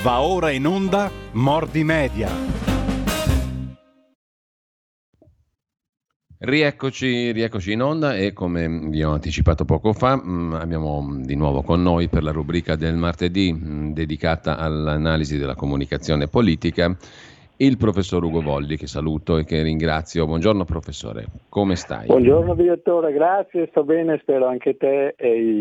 Va ora in onda Mordi Media. Rieccoci in onda e come vi ho anticipato poco fa abbiamo di nuovo con noi per la rubrica del martedì dedicata all'analisi della comunicazione politica il professor Ugo Volli, che saluto e che ringrazio. Buongiorno professore, come stai? Buongiorno direttore, grazie, sto bene, spero anche te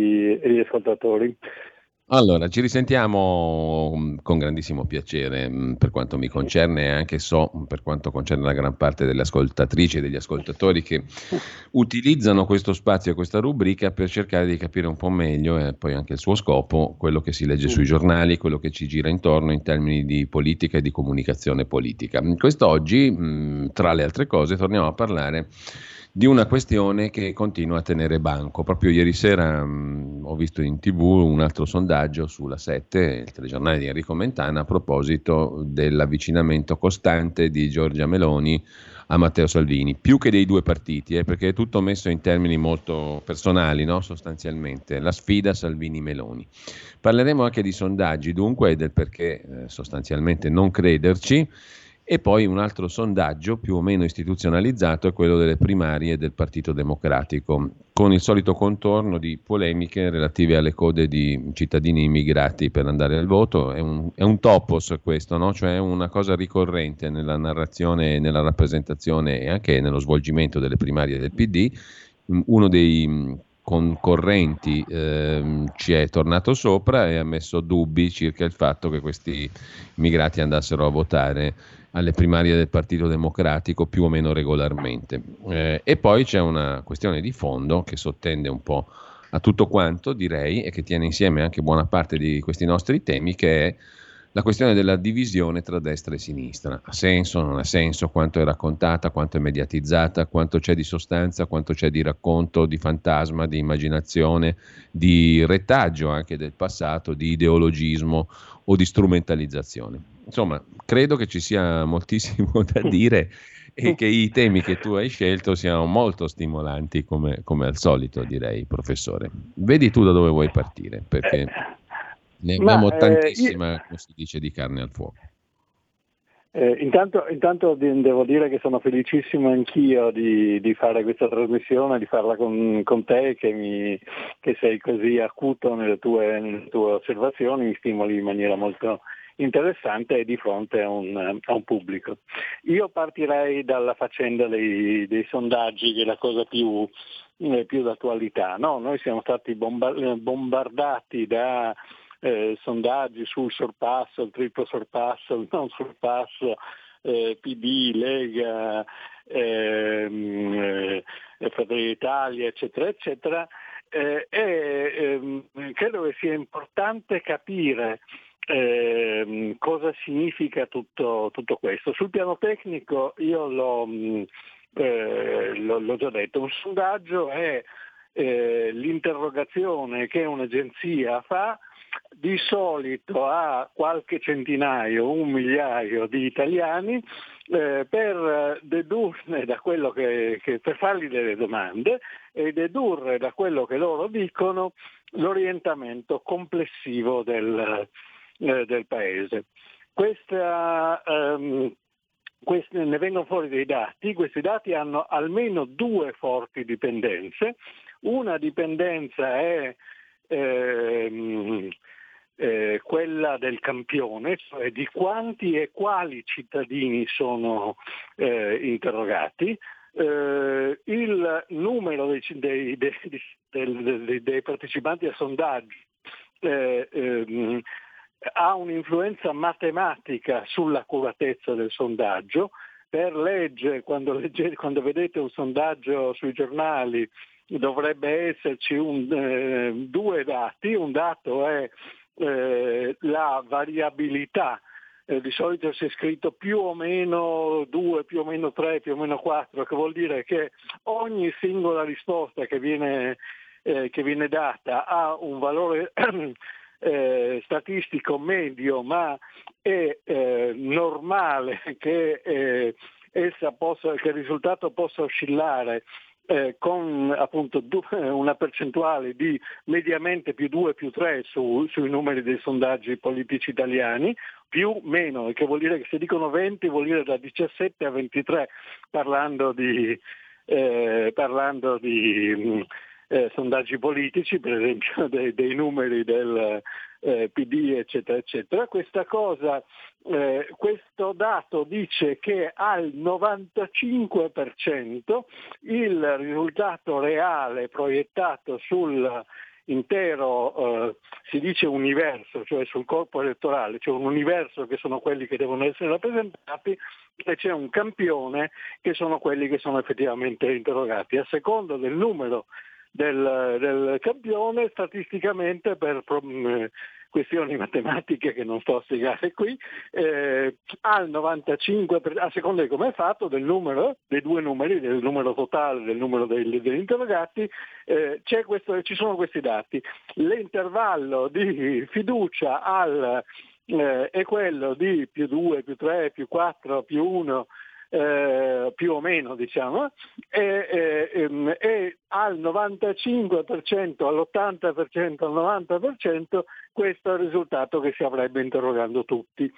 e gli ascoltatori. Allora, ci risentiamo con grandissimo piacere per quanto mi concerne e anche so per quanto concerne la gran parte delle ascoltatrici e degli ascoltatori che utilizzano questo spazio e questa rubrica per cercare di capire un po' meglio e poi anche il suo scopo, quello che si legge sui giornali, quello che ci gira intorno in termini di politica e di comunicazione politica. Quest'oggi, tra le altre cose, torniamo a parlare di una questione che continua a tenere banco. Proprio ieri sera ho visto in TV un altro sondaggio sulla 7, il telegiornale di Enrico Mentana, a proposito dell'avvicinamento costante di Giorgia Meloni a Matteo Salvini, più che dei due partiti, perché è tutto messo in termini molto personali, no? Sostanzialmente, la sfida Salvini-Meloni. Parleremo anche di sondaggi, dunque, e del perché sostanzialmente non crederci. E poi un altro sondaggio più o meno istituzionalizzato è quello delle primarie del Partito Democratico, con il solito contorno di polemiche relative alle code di cittadini immigrati per andare al voto. È un topos questo, no? Cioè una cosa ricorrente nella narrazione, nella rappresentazione e anche nello svolgimento delle primarie del PD. Uno dei concorrenti ci è tornato sopra e ha messo dubbi circa il fatto che questi immigrati andassero a votare alle primarie del Partito Democratico più o meno regolarmente. E poi c'è una questione di fondo che sottende un po' a tutto quanto, direi, e che tiene insieme anche buona parte di questi nostri temi, che è la questione della divisione tra destra e sinistra. Ha senso, non ha senso, quanto è raccontata, quanto è mediatizzata, quanto c'è di sostanza, quanto c'è di racconto, di fantasma, di immaginazione, di retaggio anche del passato, di ideologismo o di strumentalizzazione. Insomma, credo che ci sia moltissimo da dire e che i temi che tu hai scelto siano molto stimolanti come al solito, direi, professore. Vedi tu da dove vuoi partire, perché ne abbiamo tantissima, come si dice, di carne al fuoco. Intanto devo dire che sono felicissimo anch'io di fare questa trasmissione, di farla con te che sei così acuto nelle tue osservazioni, mi stimoli in maniera molto interessante e di fronte a un pubblico. Io partirei dalla faccenda dei sondaggi, che è la cosa più d'attualità. No? Noi siamo stati bombardati da sondaggi sul sorpasso, il triplo sorpasso, il non sorpasso, PD, Lega, Fratelli d'Italia, eccetera, eccetera, credo che sia importante capire cosa significa tutto questo. Sul piano tecnico io l'ho già detto, un sondaggio è l'interrogazione che un'agenzia fa di solito a qualche centinaio, un migliaio di italiani per dedurne da quello che per fargli delle domande e dedurre da quello che loro dicono l'orientamento complessivo del paese. Ne vengono fuori dei dati, questi dati hanno almeno due forti dipendenze. Una dipendenza è quella del campione, cioè di quanti e quali cittadini sono interrogati. Il numero dei partecipanti a sondaggi ha un'influenza matematica sull'accuratezza del sondaggio. Per legge, quando vedete un sondaggio sui giornali, dovrebbe esserci due dati. Un dato è la variabilità, di solito si è scritto più o meno 2, più o meno 3, più o meno 4, che vuol dire che ogni singola risposta che viene data ha un valore statistico medio, ma è normale che il risultato possa oscillare con appunto una percentuale di mediamente più 2, più 3 sui numeri dei sondaggi politici italiani, più meno, che vuol dire che se dicono 20 vuol dire da 17 a 23, parlando di sondaggi politici, per esempio dei numeri del PD, eccetera, eccetera. Questo dato dice che al 95% il risultato reale proiettato sull'intero, si dice universo, cioè sul corpo elettorale, cioè un universo che sono quelli che devono essere rappresentati, e c'è un campione che sono quelli che sono effettivamente interrogati. A seconda del numero del campione, statisticamente, per questioni matematiche che non sto a spiegare qui, al 95%, a seconda di come è fatto, del numero, dei due numeri, del numero totale, del numero degli interrogati, ci sono questi dati. L'intervallo di fiducia è quello di più 2, più 3, più 4, più 1, più o meno, diciamo, e al 95%, all'80%, al 90% questo è il risultato che si avrebbe interrogando tutti.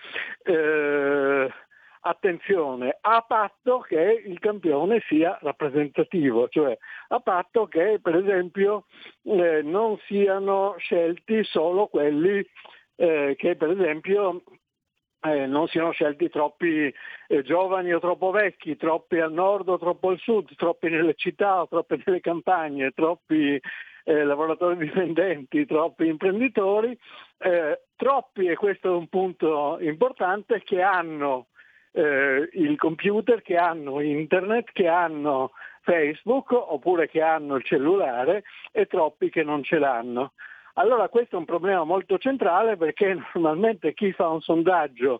Attenzione, a patto che il campione sia rappresentativo, cioè a patto che per esempio non siano scelti solo quelli che per esempio non siano scelti troppi giovani o troppo vecchi, troppi al nord o troppo al sud, troppi nelle città o troppi nelle campagne, troppi lavoratori dipendenti, troppi imprenditori, troppi, e questo è un punto importante, che hanno il computer, che hanno internet, che hanno Facebook oppure che hanno il cellulare, e troppi che non ce l'hanno. Allora questo è un problema molto centrale, perché normalmente chi fa un sondaggio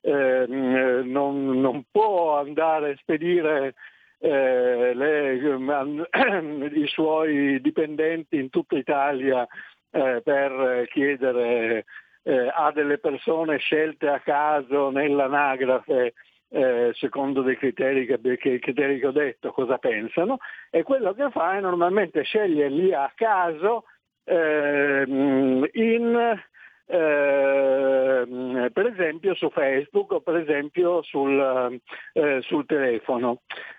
non può andare a spedire i suoi dipendenti in tutta Italia per chiedere a delle persone scelte a caso nell'anagrafe secondo dei criteri che ho detto cosa pensano, e quello che fa è normalmente sceglierli a caso per esempio su Facebook o per esempio sul telefono.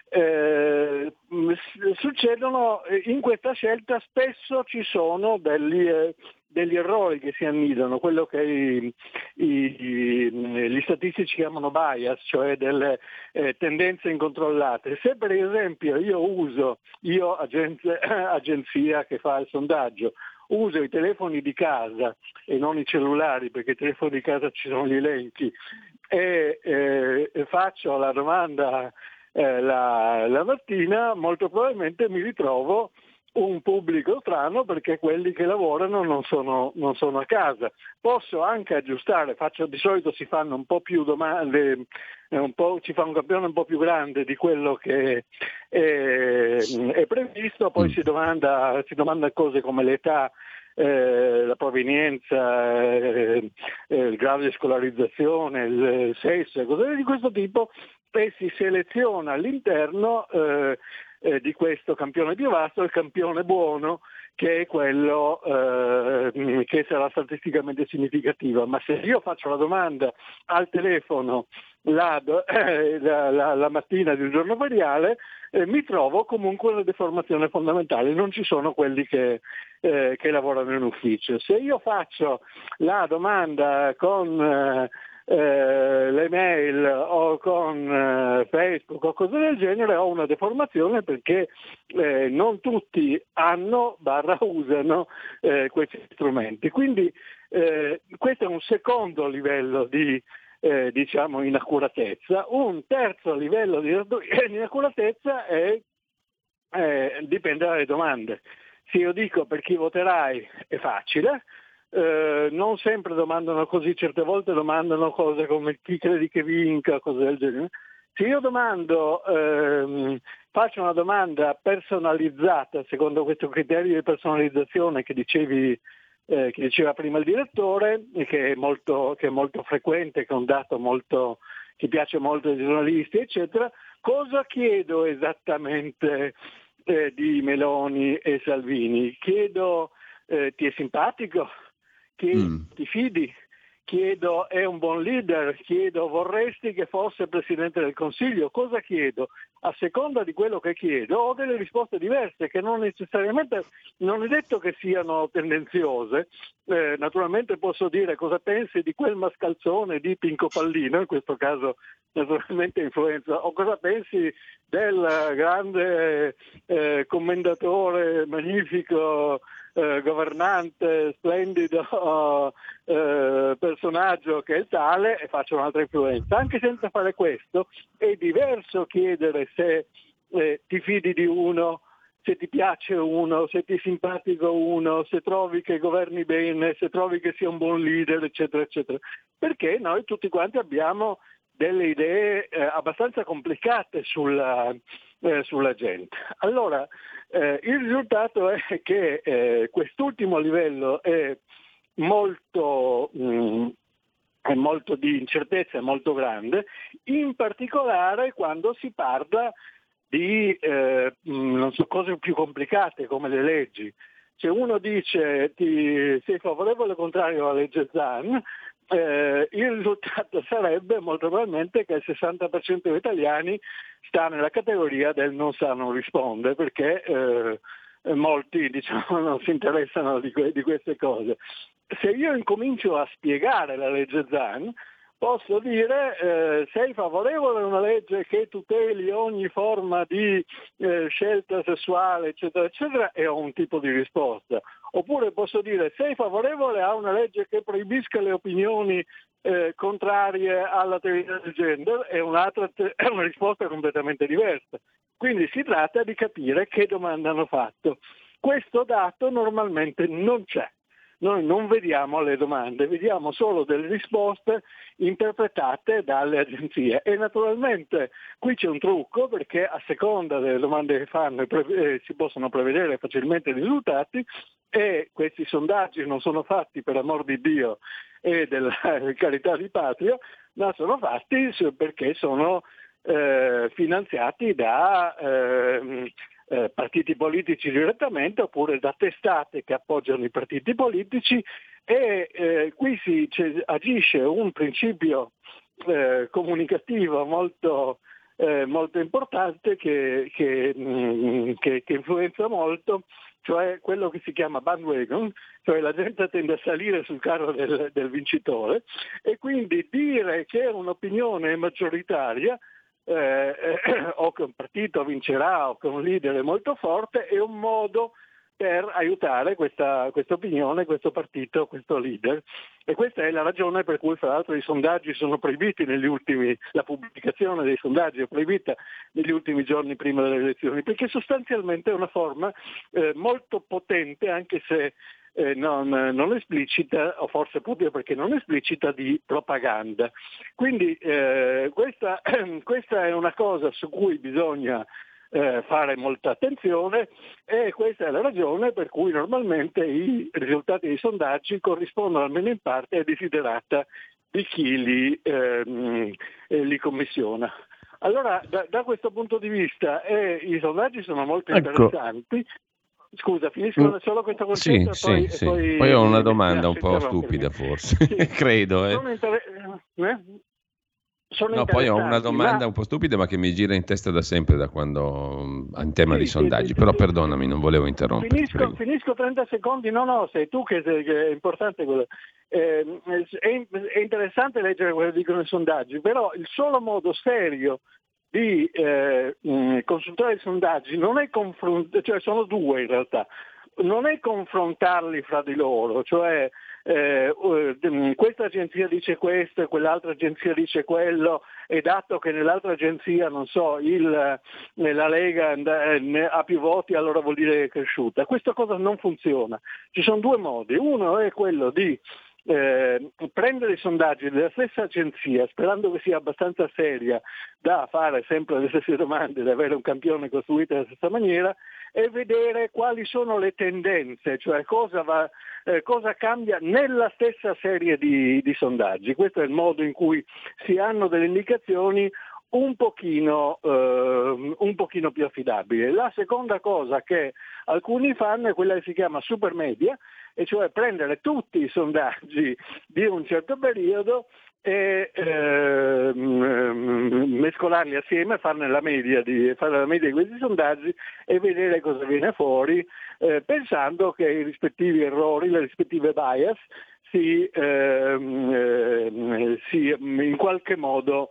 Succedono in questa scelta, spesso ci sono degli errori che si annidano, quello che gli statistici chiamano bias, cioè delle tendenze incontrollate. Se per esempio io agenzia che fa il sondaggio, uso i telefoni di casa e non i cellulari, perché i telefoni di casa ci sono gli elenchi, e faccio la domanda la mattina, molto probabilmente mi ritrovo un pubblico strano, perché quelli che lavorano non sono a casa. Posso anche aggiustare, di solito si fanno un po' più domande, ci fa un campione un po' più grande di quello che è previsto, poi si domanda cose come l'età, la provenienza, il grado di scolarizzazione, il sesso, cose di questo tipo, e si seleziona all'interno di questo campione più vasto il campione buono, che è quello che sarà statisticamente significativo. Ma se io faccio la domanda al telefono la mattina di un giorno feriale, mi trovo comunque una deformazione fondamentale, non ci sono quelli che lavorano in ufficio. Se io faccio la domanda con le mail o con Facebook o cose del genere, ho una deformazione, perché non tutti usano questi strumenti. Quindi questo è un secondo livello di inaccuratezza. Un terzo livello di inaccuratezza dipende dalle domande. Se io dico per chi voterai è facile, non sempre domandano così, certe volte domandano cose come chi credi che vinca, cose del genere. Se io faccio una domanda personalizzata secondo questo criterio di personalizzazione che diceva prima il direttore, che è molto frequente, che è un dato che piace molto ai giornalisti, eccetera, cosa chiedo esattamente di Meloni e Salvini. Chiedo, ti è simpatico? Chiedo, ti fidi? Chiedo, è un buon leader? Chiedo, vorresti che fosse Presidente del Consiglio? Cosa chiedo? A seconda di quello che chiedo ho delle risposte diverse, che non necessariamente, non è detto che siano tendenziose. Naturalmente posso dire cosa pensi di quel mascalzone di Pinco Pallino, in questo caso naturalmente influenza, o cosa pensi del grande commendatore magnifico, governante, splendido personaggio che è il tale, e faccio un'altra influenza. Anche senza fare questo è diverso chiedere se ti fidi di uno, se ti piace uno, se ti è simpatico uno, se trovi che governi bene, se trovi che sia un buon leader, eccetera, eccetera. Perché noi tutti quanti abbiamo delle idee abbastanza complicate sulla gente. Allora, il risultato è che quest'ultimo livello è molto di incertezza, è molto grande, in particolare quando si parla di cose più complicate come le leggi. Se uno dice sei favorevole o contrario alla legge Zan, il risultato sarebbe molto probabilmente che il 60% degli italiani sta nella categoria del non sa, non risponde, perché molti non si interessano di queste cose. Se io incomincio a spiegare la legge Zan, posso dire sei favorevole a una legge che tuteli ogni forma di scelta sessuale, eccetera, eccetera, e ho un tipo di risposta. Oppure posso dire sei favorevole a una legge che proibisca le opinioni contrarie alla teoria del gender, e è una risposta completamente diversa. Quindi si tratta di capire che domanda hanno fatto. Questo dato normalmente non c'è. Noi non vediamo le domande, vediamo solo delle risposte interpretate dalle agenzie, e naturalmente qui c'è un trucco, perché a seconda delle domande che fanno si possono prevedere facilmente i risultati, e questi sondaggi non sono fatti per amor di Dio e della carità di patria, ma sono fatti perché sono finanziati da partiti politici direttamente, oppure da testate che appoggiano i partiti politici, e qui agisce un principio comunicativo molto importante che influenza molto, cioè quello che si chiama bandwagon, cioè la gente tende a salire sul carro del vincitore, e quindi dire che un'opinione è maggioritaria o che un partito vincerà o che un leader è molto forte è un modo per aiutare questa opinione, questo partito, questo leader. E questa è la ragione per cui, fra l'altro, i sondaggi sono proibiti la pubblicazione dei sondaggi è proibita negli ultimi giorni prima delle elezioni, perché sostanzialmente è una forma molto potente, anche se non esplicita, o forse proprio perché non esplicita, di propaganda. Quindi questa è una cosa su cui bisogna fare molta attenzione, e questa è la ragione per cui normalmente i risultati dei sondaggi corrispondono almeno in parte ai desiderata di chi li commissiona. Allora, da questo punto di vista i sondaggi sono molto interessanti. Scusa, finisco solo questo concetto sì. Poi ho una domanda un po' stupida, forse, sì. Credo. Poi ho una domanda un po' stupida, ma che mi gira in testa da sempre, da quando in tema di sondaggi, però perdonami, non volevo interrompere. Finisco 30 secondi, no, sei tu che è importante quello. È interessante leggere quello che dicono i sondaggi, però il solo modo serio di consultare i sondaggi non è cioè sono due in realtà, non è confrontarli fra di loro, cioè questa agenzia dice questo e quell'altra agenzia dice quello, e dato che nell'altra agenzia, non so, la Lega ha più voti, allora vuol dire che è cresciuta. Questa cosa non funziona. Ci sono due modi: uno è quello di prendere i sondaggi della stessa agenzia, sperando che sia abbastanza seria da fare sempre le stesse domande, da avere un campione costruito nella stessa maniera, e vedere quali sono le tendenze, cioè cosa cambia nella stessa serie di sondaggi. Questo è il modo in cui si hanno delle indicazioni un pochino più affidabile. La seconda cosa che alcuni fanno è quella che si chiama supermedia, e cioè prendere tutti i sondaggi di un certo periodo e mescolarli assieme, farne la media di questi sondaggi e vedere cosa viene fuori, pensando che i rispettivi errori, le rispettive bias si in qualche modo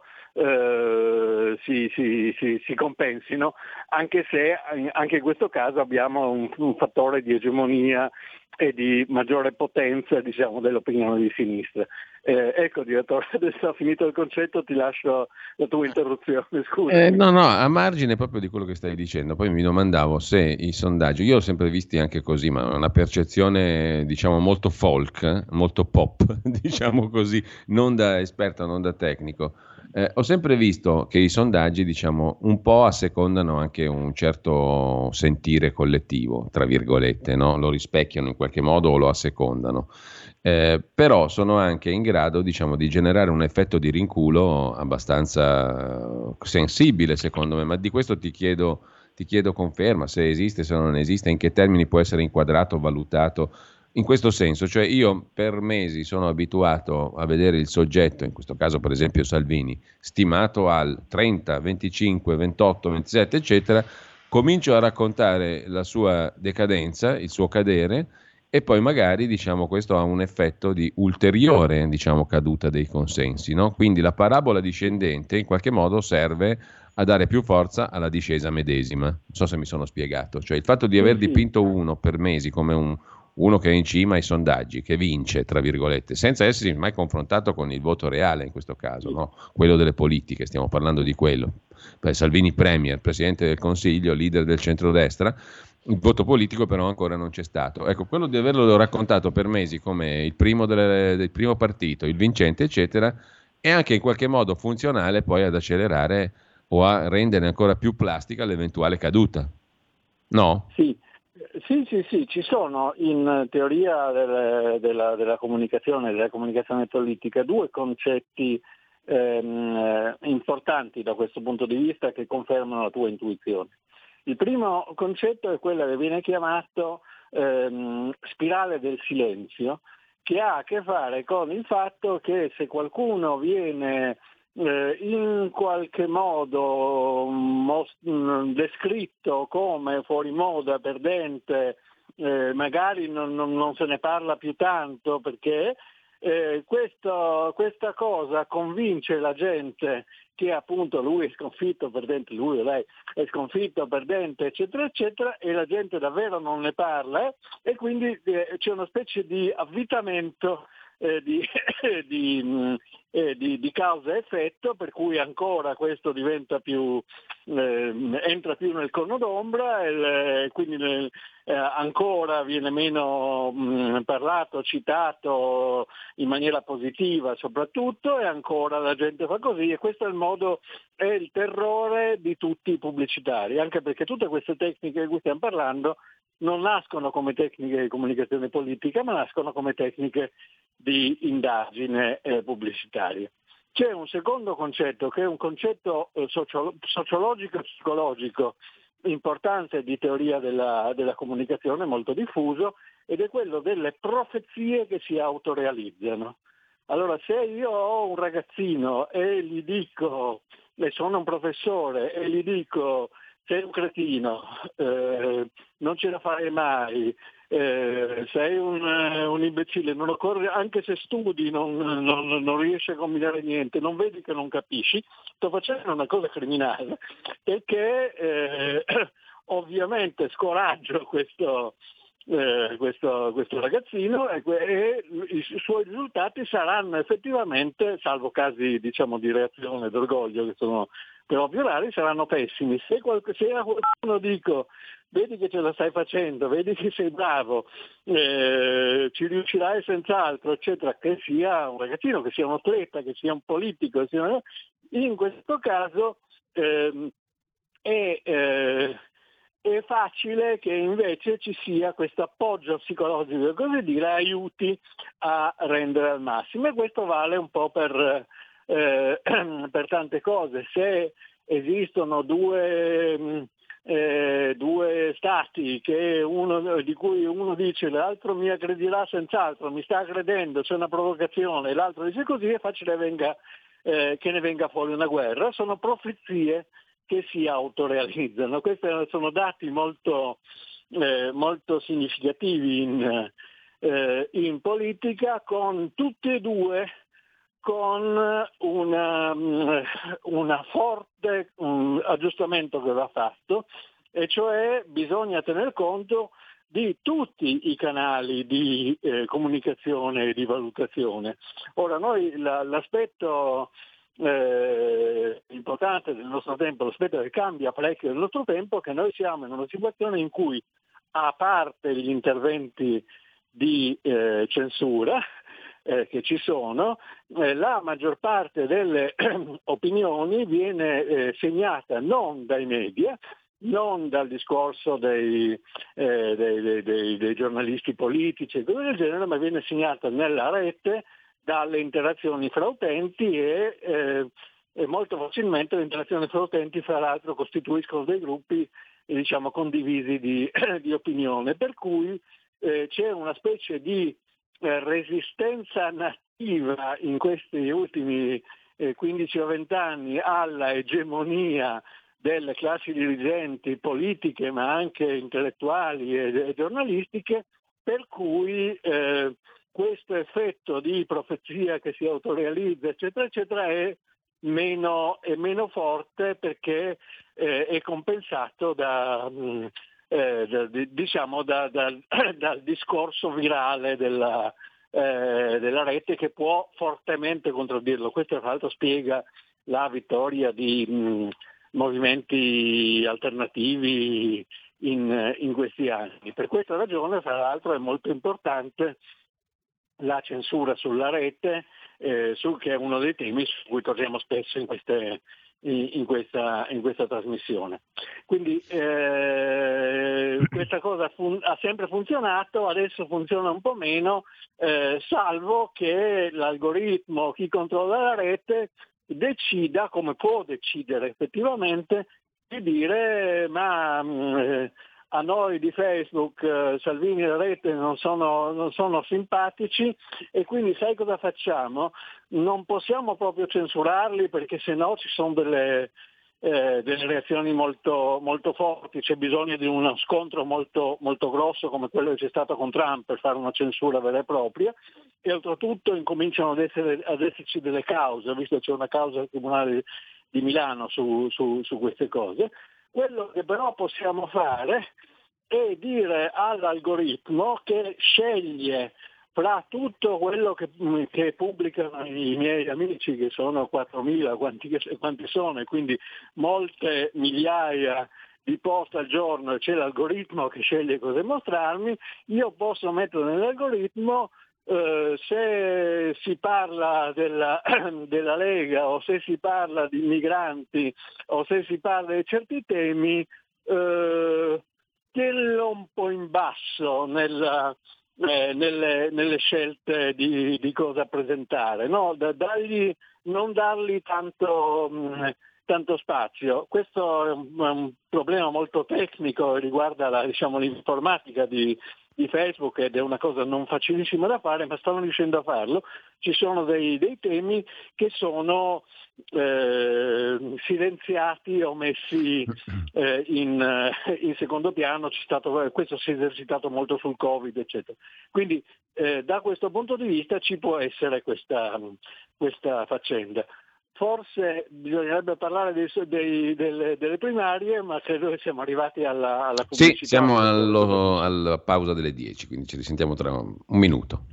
si compensino, anche se anche in questo caso abbiamo un fattore di egemonia e di maggiore potenza, diciamo, dell'opinione di sinistra. Ecco, direttore, adesso ho finito il concetto, ti lascio la tua interruzione, scusa. No, a margine proprio di quello che stai dicendo, poi mi domandavo se i sondaggi, io ho sempre visti anche così, ma una percezione, diciamo, molto folk, molto pop, diciamo così, non da esperto, non da tecnico. Ho sempre visto che i sondaggi, diciamo, un po' assecondano anche un certo sentire collettivo, tra virgolette, no? Lo rispecchiano in qualche modo o lo assecondano. Però sono anche in grado, diciamo, di generare un effetto di rinculo abbastanza sensibile, secondo me, ma di questo ti chiedo conferma, se esiste, se non esiste, in che termini può essere inquadrato, valutato. In questo senso, cioè io per mesi sono abituato a vedere il soggetto, in questo caso per esempio Salvini, stimato al 30, 25, 28, 27, eccetera, comincio a raccontare la sua decadenza, il suo cadere, e poi magari, diciamo, questo ha un effetto di ulteriore, diciamo, caduta dei consensi, no? Quindi la parabola discendente in qualche modo serve a dare più forza alla discesa medesima. Non so se mi sono spiegato. Cioè il fatto di aver dipinto uno per mesi come uno che è in cima ai sondaggi, che vince, tra virgolette, senza essersi mai confrontato con il voto reale in questo caso, no? Quello delle politiche, stiamo parlando di quello. Salvini Premier, Presidente del Consiglio, leader del centrodestra. Il voto politico però ancora non c'è stato. Ecco, quello di averlo raccontato per mesi come il primo del primo partito, il vincente, eccetera, è anche in qualche modo funzionale poi ad accelerare o a rendere ancora più plastica l'eventuale caduta. No? Sì, ci sono in teoria della comunicazione politica due concetti importanti da questo punto di vista che confermano la tua intuizione. Il primo concetto è quello che viene chiamato spirale del silenzio, che ha a che fare con il fatto che se qualcuno viene in qualche modo descritto come fuori moda, perdente, magari non se ne parla più tanto perché questa cosa convince la gente che appunto lui è sconfitto, perdente, lui o lei è sconfitto, perdente, eccetera, eccetera, e la gente davvero non ne parla, e quindi c'è una specie di avvitamento di causa e effetto, per cui ancora questo diventa più entra più nel cono d'ombra, e quindi ancora viene meno parlato, citato in maniera positiva soprattutto, e ancora la gente fa così, e questo è il terrore di tutti i pubblicitari, anche perché tutte queste tecniche di cui stiamo parlando non nascono come tecniche di comunicazione politica, ma nascono come tecniche di indagine pubblicitaria. C'è un secondo concetto, che è un concetto sociologico e psicologico importante, di teoria della comunicazione, molto diffuso, ed è quello delle profezie che si autorealizzano. Allora, se io ho un ragazzino e gli dico, e sono un professore, e gli dico sei un cretino, non ce la farai mai, sei un imbecille, non occorre, anche se studi non riesci a combinare niente, non vedi che non capisci, sto facendo una cosa criminale, e che ovviamente scoraggio questo ragazzino, e i suoi risultati saranno effettivamente, salvo casi diciamo di reazione d'orgoglio che sono però più rari, saranno pessimi. Se a qualcuno dico vedi che ce la stai facendo, vedi che sei bravo, ci riuscirai senz'altro, eccetera, che sia un ragazzino, che sia un atleta, che sia un politico, in questo caso è facile che invece ci sia questo appoggio psicologico, così dire, aiuti a rendere al massimo, e questo vale un po' per per tante cose. Se esistono due stati di cui uno dice l'altro mi aggredirà senz'altro, mi sta aggredendo, c'è una provocazione, e l'altro dice così, è facile che ne venga fuori una guerra. Sono profezie che si autorealizzano. Questi sono dati molto significativi in politica, con tutti e due con una forte aggiustamento che va fatto, e cioè bisogna tener conto di tutti i canali di comunicazione e di valutazione. Ora, noi l'aspetto importante del nostro tempo, l'aspetto che cambia parecchio del nostro tempo, è che noi siamo in una situazione in cui, a parte gli interventi di censura che ci sono, la maggior parte delle opinioni viene segnata non dai media, non dal discorso dei giornalisti politici e cose del genere, ma viene segnata nella rete dalle interazioni fra utenti e molto facilmente le interazioni fra utenti, fra l'altro, costituiscono dei gruppi condivisi di opinione, per cui c'è una specie di resistenza nativa in questi ultimi 15 o 20 anni alla egemonia delle classi dirigenti politiche, ma anche intellettuali e giornalistiche, per cui questo effetto di profezia che si autorealizza, eccetera, eccetera, è meno forte, perché è compensato dal discorso virale della rete, che può fortemente contraddirlo. Questo tra l'altro spiega la vittoria di movimenti alternativi in questi anni. Per questa ragione, tra l'altro, è molto importante la censura sulla rete, che è uno dei temi su cui torniamo spesso in questa trasmissione. Quindi questa cosa ha sempre funzionato, adesso funziona un po' meno, salvo che l'algoritmo, chi controlla la rete, decida, come può decidere effettivamente, di dire ma a noi di Facebook Salvini e la rete non sono simpatici, e quindi sai cosa facciamo? Non possiamo proprio censurarli, perché sennò ci sono delle reazioni molto, molto forti, c'è bisogno di uno scontro molto, molto grosso come quello che c'è stato con Trump per fare una censura vera e propria, e oltretutto incominciano ad esserci delle cause, visto che c'è una causa al Tribunale di Milano su queste cose. Quello che però possiamo fare è dire all'algoritmo, che sceglie fra tutto quello che pubblicano i miei amici, che sono 4.000, quanti sono, e quindi molte migliaia di post al giorno, c'è l'algoritmo che sceglie cosa mostrarmi. Io posso mettere nell'algoritmo se si parla della Lega, o se si parla di migranti, o se si parla di certi temi, tienilo un po' in basso nelle scelte di cosa presentare, no? Non dargli tanto spazio. Questo è un problema molto tecnico, riguarda l'informatica di Facebook, ed è una cosa non facilissima da fare, ma stanno riuscendo a farlo. Ci sono dei temi che sono silenziati o messi in secondo piano. Questo si è esercitato molto sul Covid, eccetera. Quindi da questo punto di vista ci può essere questa faccenda. Forse bisognerebbe parlare delle primarie, ma credo che siamo arrivati alla pubblicità. Sì, siamo alla pausa delle 10, quindi ci risentiamo tra un minuto.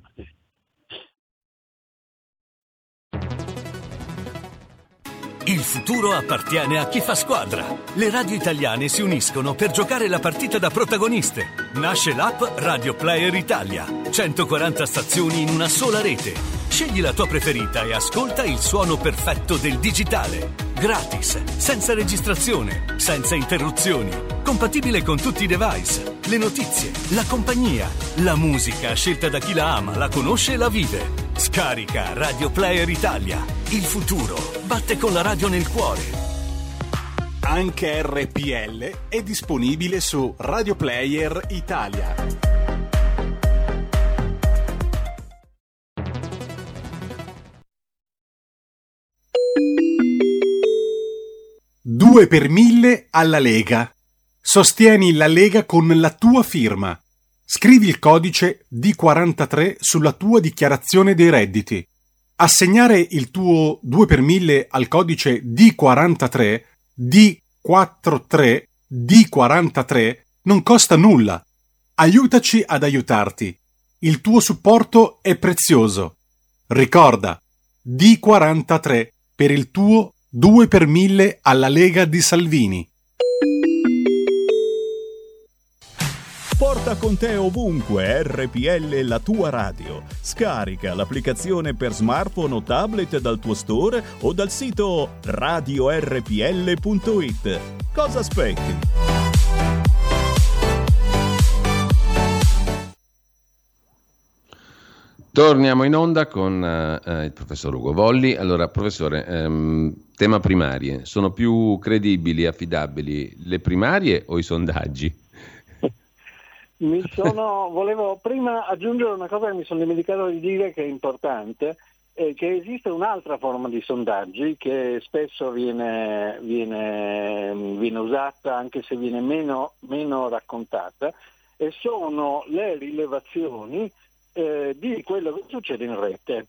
Il futuro appartiene a chi fa squadra. Le radio italiane si uniscono per giocare la partita da protagoniste. Nasce l'app Radio Player Italia. 140 stazioni in una sola rete. Scegli la tua preferita e ascolta il suono perfetto del digitale. Gratis, senza registrazione, senza interruzioni. Compatibile con tutti i device. Le notizie, la compagnia, la musica scelta da chi la ama, la conosce e la vive. Scarica Radio Player Italia. Il futuro batte con la radio nel cuore. Anche RPL è disponibile su Radio Player Italia. Due per 1000 alla Lega. Sostieni la Lega con la tua firma. Scrivi il codice D43 sulla tua dichiarazione dei redditi. Assegnare il tuo 2 per 1000 al codice D43, D43, D43 non costa nulla. Aiutaci ad aiutarti. Il tuo supporto è prezioso. Ricorda, D43 per il tuo 2 per 1000 alla Lega di Salvini. Porta con te ovunque RPL, la tua radio. Scarica l'applicazione per smartphone o tablet dal tuo store o dal sito radiorpl.it. Cosa aspetti? Torniamo in onda con il professor Ugo Volli. Allora, professore, tema primarie. Sono più credibili, affidabili le primarie o i sondaggi? Volevo prima aggiungere una cosa che mi sono dimenticato di dire, che è importante, che esiste un'altra forma di sondaggi che spesso viene usata, anche se viene meno raccontata, e sono le rilevazioni di quello che succede in rete.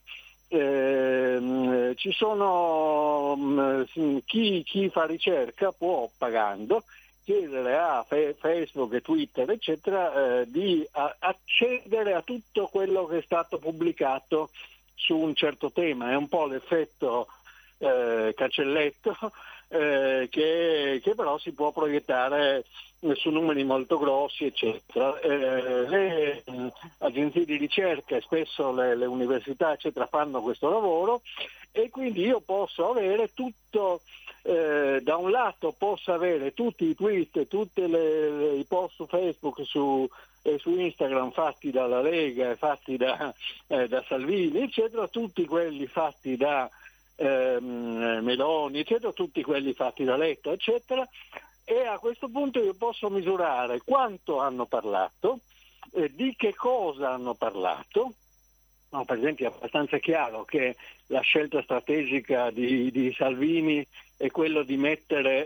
Ci sono chi fa ricerca può, pagando, chiedere a Facebook e Twitter eccetera di accedere a tutto quello che è stato pubblicato su un certo tema. È un po' l'effetto cancelletto che però si può proiettare su numeri molto grossi eccetera. Le agenzie di ricerca e spesso le università eccetera fanno questo lavoro, e quindi io posso avere tutto, da un lato posso avere tutti i tweet, tutti i post su Facebook e su Instagram fatti dalla Lega, fatti da Salvini eccetera, tutti quelli fatti da Meloni eccetera, tutti quelli fatti da Letta eccetera, e a questo punto io posso misurare quanto hanno parlato, di che cosa hanno parlato. No, per esempio è abbastanza chiaro che la scelta strategica di Salvini è quello di mettere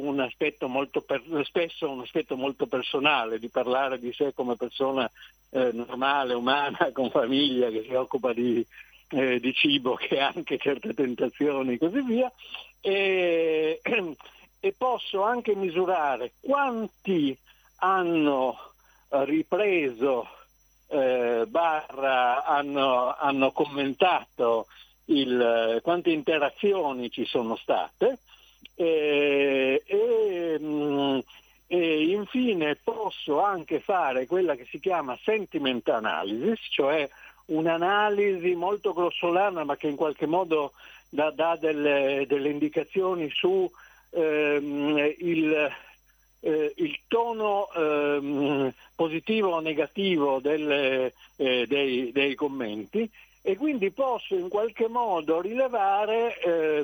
spesso un aspetto molto personale, di parlare di sé come persona normale, umana, con famiglia, che si occupa di cibo, che ha anche certe tentazioni e così via, e posso anche misurare quanti hanno ripreso hanno commentato quante interazioni ci sono state, e infine posso anche fare quella che si chiama sentiment analysis, cioè un'analisi molto grossolana ma che in qualche modo dà delle indicazioni su il tono positivo o negativo dei commenti, e quindi posso in qualche modo rilevare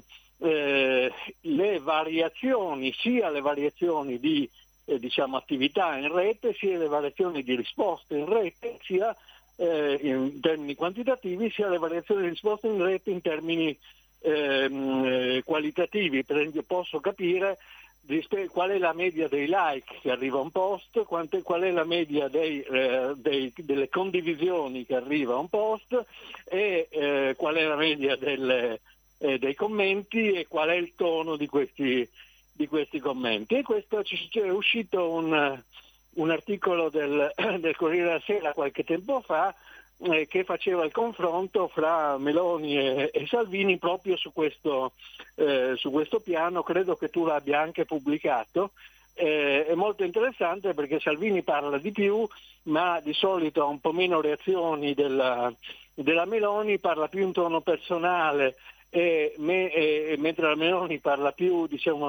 le variazioni, sia le variazioni di attività in rete, sia le variazioni di risposte in rete, sia in termini quantitativi, sia le variazioni di risposte in rete in termini qualitativi. Per esempio posso capire qual è la media dei like che arriva a un post, qual è la media delle condivisioni che arriva a un post, e qual è la media dei commenti e qual è il tono di questi commenti. E questo è uscito un articolo del Corriere della Sera qualche tempo fa, che faceva il confronto fra Meloni e Salvini proprio su questo piano. Credo che tu l'abbia anche pubblicato. È molto interessante perché Salvini parla di più, ma di solito ha un po' meno reazioni della Meloni, parla più in tono personale, mentre la Meloni parla più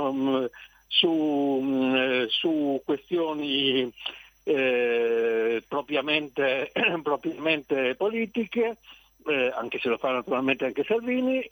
su questioni propriamente politiche, anche se lo fa naturalmente anche Salvini,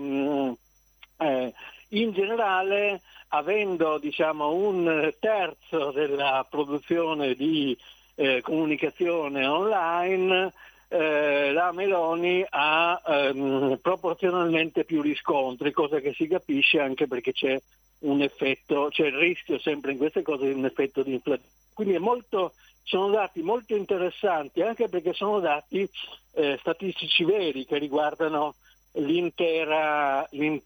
in generale, avendo diciamo un terzo della produzione di comunicazione online, la Meloni ha proporzionalmente più riscontri, cosa che si capisce anche perché c'è un effetto, c'è il rischio sempre in queste cose di un effetto di inflazione. Quindi sono dati molto interessanti, anche perché sono dati statistici veri che riguardano l'intera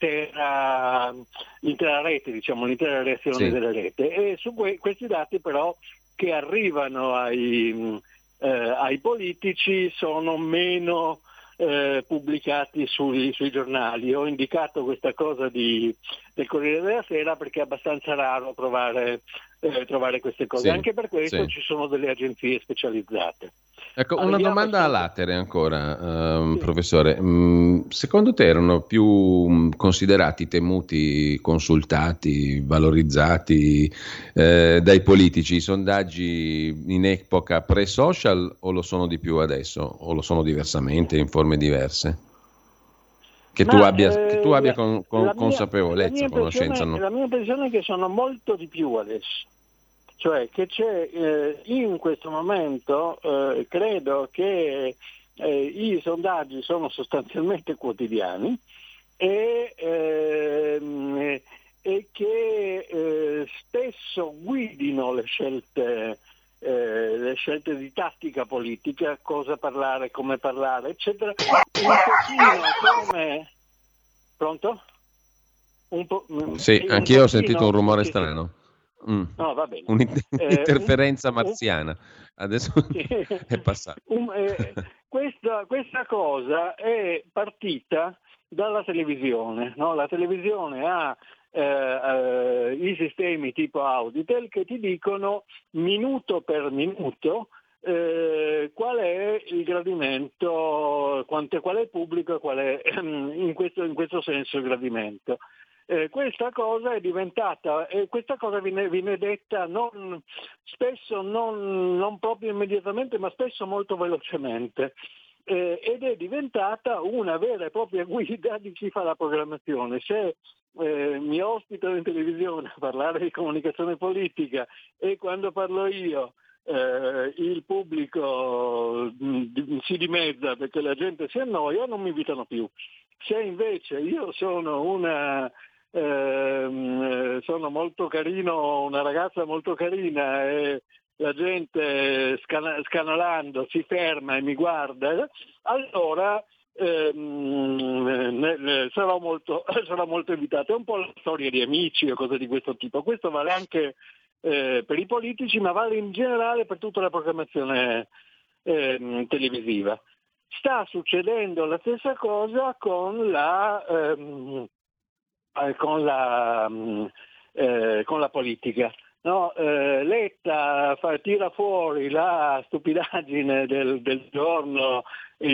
rete, diciamo, l'intera reazione della rete, e su questi dati però che arrivano ai politici sono meno pubblicati sui giornali. Ho indicato questa cosa del Corriere della Sera perché è abbastanza raro trovare queste cose, anche per questo ci sono delle agenzie specializzate. Ecco, una domanda a latere ancora, professore. Secondo te erano più considerati, temuti, consultati, valorizzati dai politici i sondaggi in epoca pre-social, o lo sono di più adesso, o lo sono diversamente, in forme diverse? Che tu abbia consapevolezza, conoscenza. La mia impressione è che sono molto di più adesso. Cioè che c'è in questo momento, credo che i sondaggi sono sostanzialmente quotidiani e che spesso guidino le scelte di tattica politica, cosa parlare, come parlare, eccetera. Un pochino come... Pronto? Sì, anch'io ho sentito un rumore strano. No, va bene. Un'interferenza marziana. Adesso è passato. Questa cosa è partita dalla televisione, no? La televisione ha i sistemi tipo Auditel che ti dicono minuto per minuto qual è il gradimento, qual è il pubblico e qual è in questo senso il gradimento. Questa cosa è diventata, questa cosa viene detta spesso non proprio immediatamente, ma spesso molto velocemente, ed è diventata una vera e propria guida di chi fa la programmazione. Se mi ospitano in televisione a parlare di comunicazione politica e quando parlo io il pubblico si dimezza perché la gente si annoia, non mi invitano più. Se invece io sono sono molto carino, una ragazza molto carina, e la gente scanalando si ferma e mi guarda, allora sarò molto invitato. È un po' la storia di Amici o cose di questo tipo. Questo vale anche per i politici, ma vale in generale per tutta la programmazione televisiva. Sta succedendo la stessa cosa con la politica. No, Letta tira fuori la stupidaggine del giorno,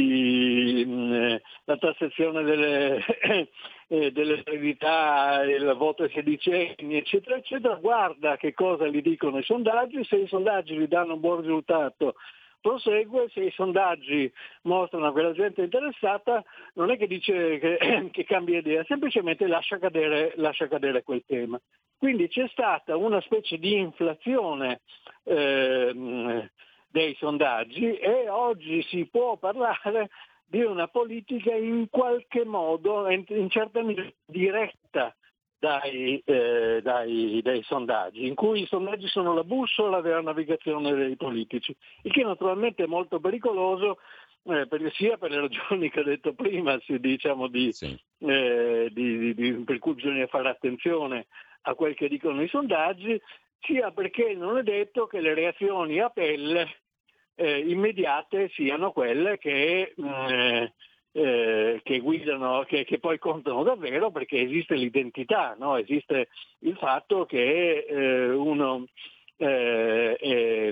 la tassazione delle eredità, il voto ai sedicenni, eccetera, eccetera. Guarda che cosa gli dicono i sondaggi, se i sondaggi gli danno un buon risultato prosegue, se i sondaggi mostrano che la gente è interessata non è che dice che cambia idea, semplicemente lascia cadere quel tema. Quindi c'è stata una specie di inflazione dei sondaggi e oggi si può parlare di una politica in qualche modo, in certa misura diretta dai sondaggi, in cui i sondaggi sono la bussola della navigazione dei politici, il che naturalmente è molto pericoloso, sia per le ragioni che ho detto prima, per cui bisogna fare attenzione a quel che dicono i sondaggi, sia perché non è detto che le reazioni a pelle immediate siano quelle che guidano, che poi contano davvero, perché esiste l'identità, no? Esiste il fatto che uno è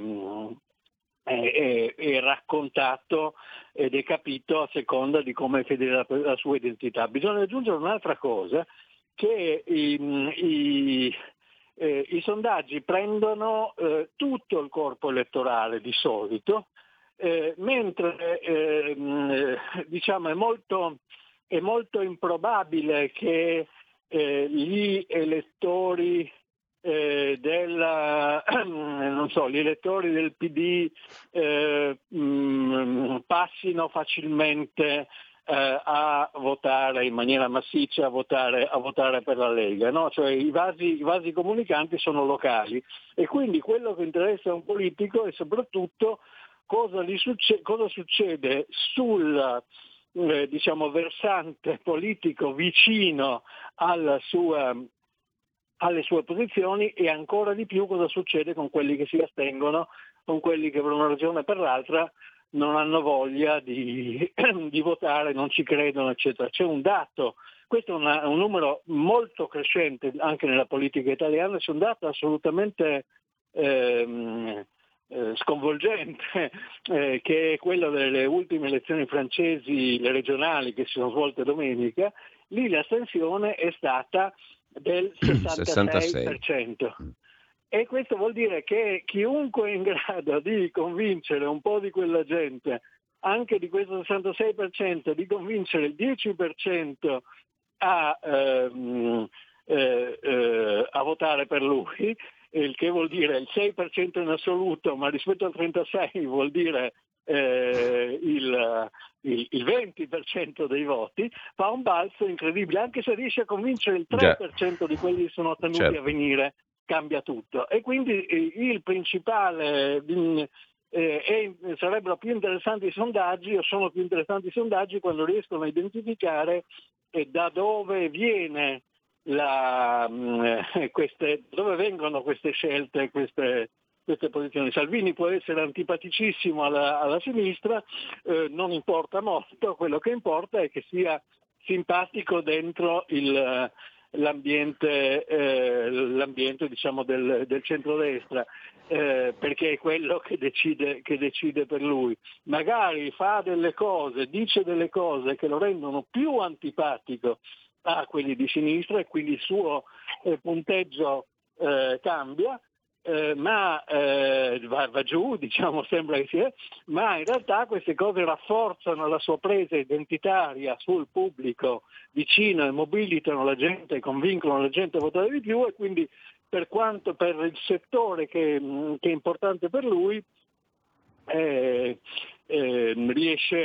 raccontato ed è capito a seconda di come è fedele la sua identità. Bisogna aggiungere un'altra cosa, che i sondaggi prendono tutto il corpo elettorale di solito mentre diciamo è molto improbabile che gli elettori gli elettori del PD passino facilmente a votare in maniera massiccia, a votare per la Lega, no? Cioè i vasi comunicanti sono locali, e quindi quello che interessa a un politico è soprattutto cosa succede sul versante politico vicino alle sue posizioni, e ancora di più cosa succede con quelli che si astengono, con quelli che per una ragione o per l'altra non hanno voglia di votare, non ci credono, eccetera. C'è un dato, questo è un numero molto crescente anche nella politica italiana, c'è un dato assolutamente sconvolgente, che è quello delle ultime elezioni francesi, le regionali, che si sono svolte domenica. Lì l'astensione è stata del 66%. E questo vuol dire che chiunque è in grado di convincere un po' di quella gente, anche di questo 66%, di convincere il 10% a votare per lui, il che vuol dire il 6% in assoluto, ma rispetto al 36% vuol dire il 20% dei voti, fa un balzo incredibile. Anche se riesce a convincere il 3% di quelli che sono tenuti a venire, cambia tutto. E quindi il principale sarebbero più interessanti i sondaggi, o sono più interessanti i sondaggi, quando riescono a identificare da dove viene dove vengono queste scelte, queste posizioni. Salvini può essere antipaticissimo alla sinistra, non importa molto, quello che importa è che sia simpatico dentro l'ambiente diciamo del centrodestra, perché è quello che decide per lui. Magari fa delle cose, dice delle cose che lo rendono più antipatico a quelli di sinistra, e quindi il suo punteggio cambia, ma va giù, diciamo, sembra che sia, ma in realtà queste cose rafforzano la sua presa identitaria sul pubblico vicino e mobilitano la gente, convincono la gente a votare di più, e quindi per il settore che è importante per lui riesce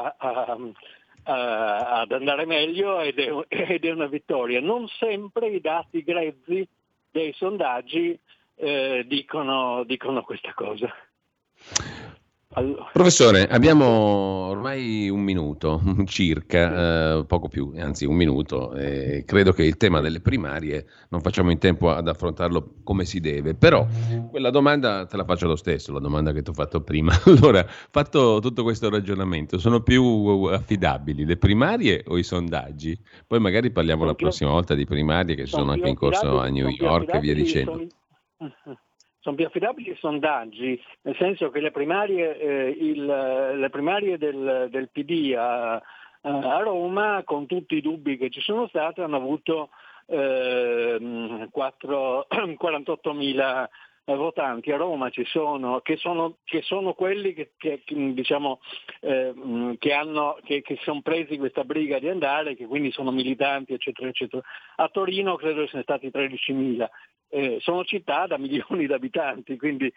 ad andare meglio, ed è una vittoria. Non sempre i dati grezzi dei sondaggi dicono questa cosa. Allora. Professore, abbiamo ormai un minuto circa, poco più, anzi un minuto. Credo che il tema delle primarie non facciamo in tempo ad affrontarlo come si deve, però quella domanda te la faccio lo stesso, la domanda che ti ho fatto prima. Allora, fatto tutto questo ragionamento, sono più affidabili le primarie o i sondaggi? Poi magari parliamo la prossima volta di primarie che sono anche in corso a New York e via dicendo. Sono più affidabili i sondaggi, nel senso che le primarie del PD a Roma, con tutti i dubbi che ci sono stati, hanno avuto 48.000 votanti. A Roma ci sono che sono quelli che diciamo che sono presi questa briga di andare, che quindi sono militanti, eccetera eccetera. A Torino credo che siano stati 13.000. Sono città da milioni di abitanti, quindi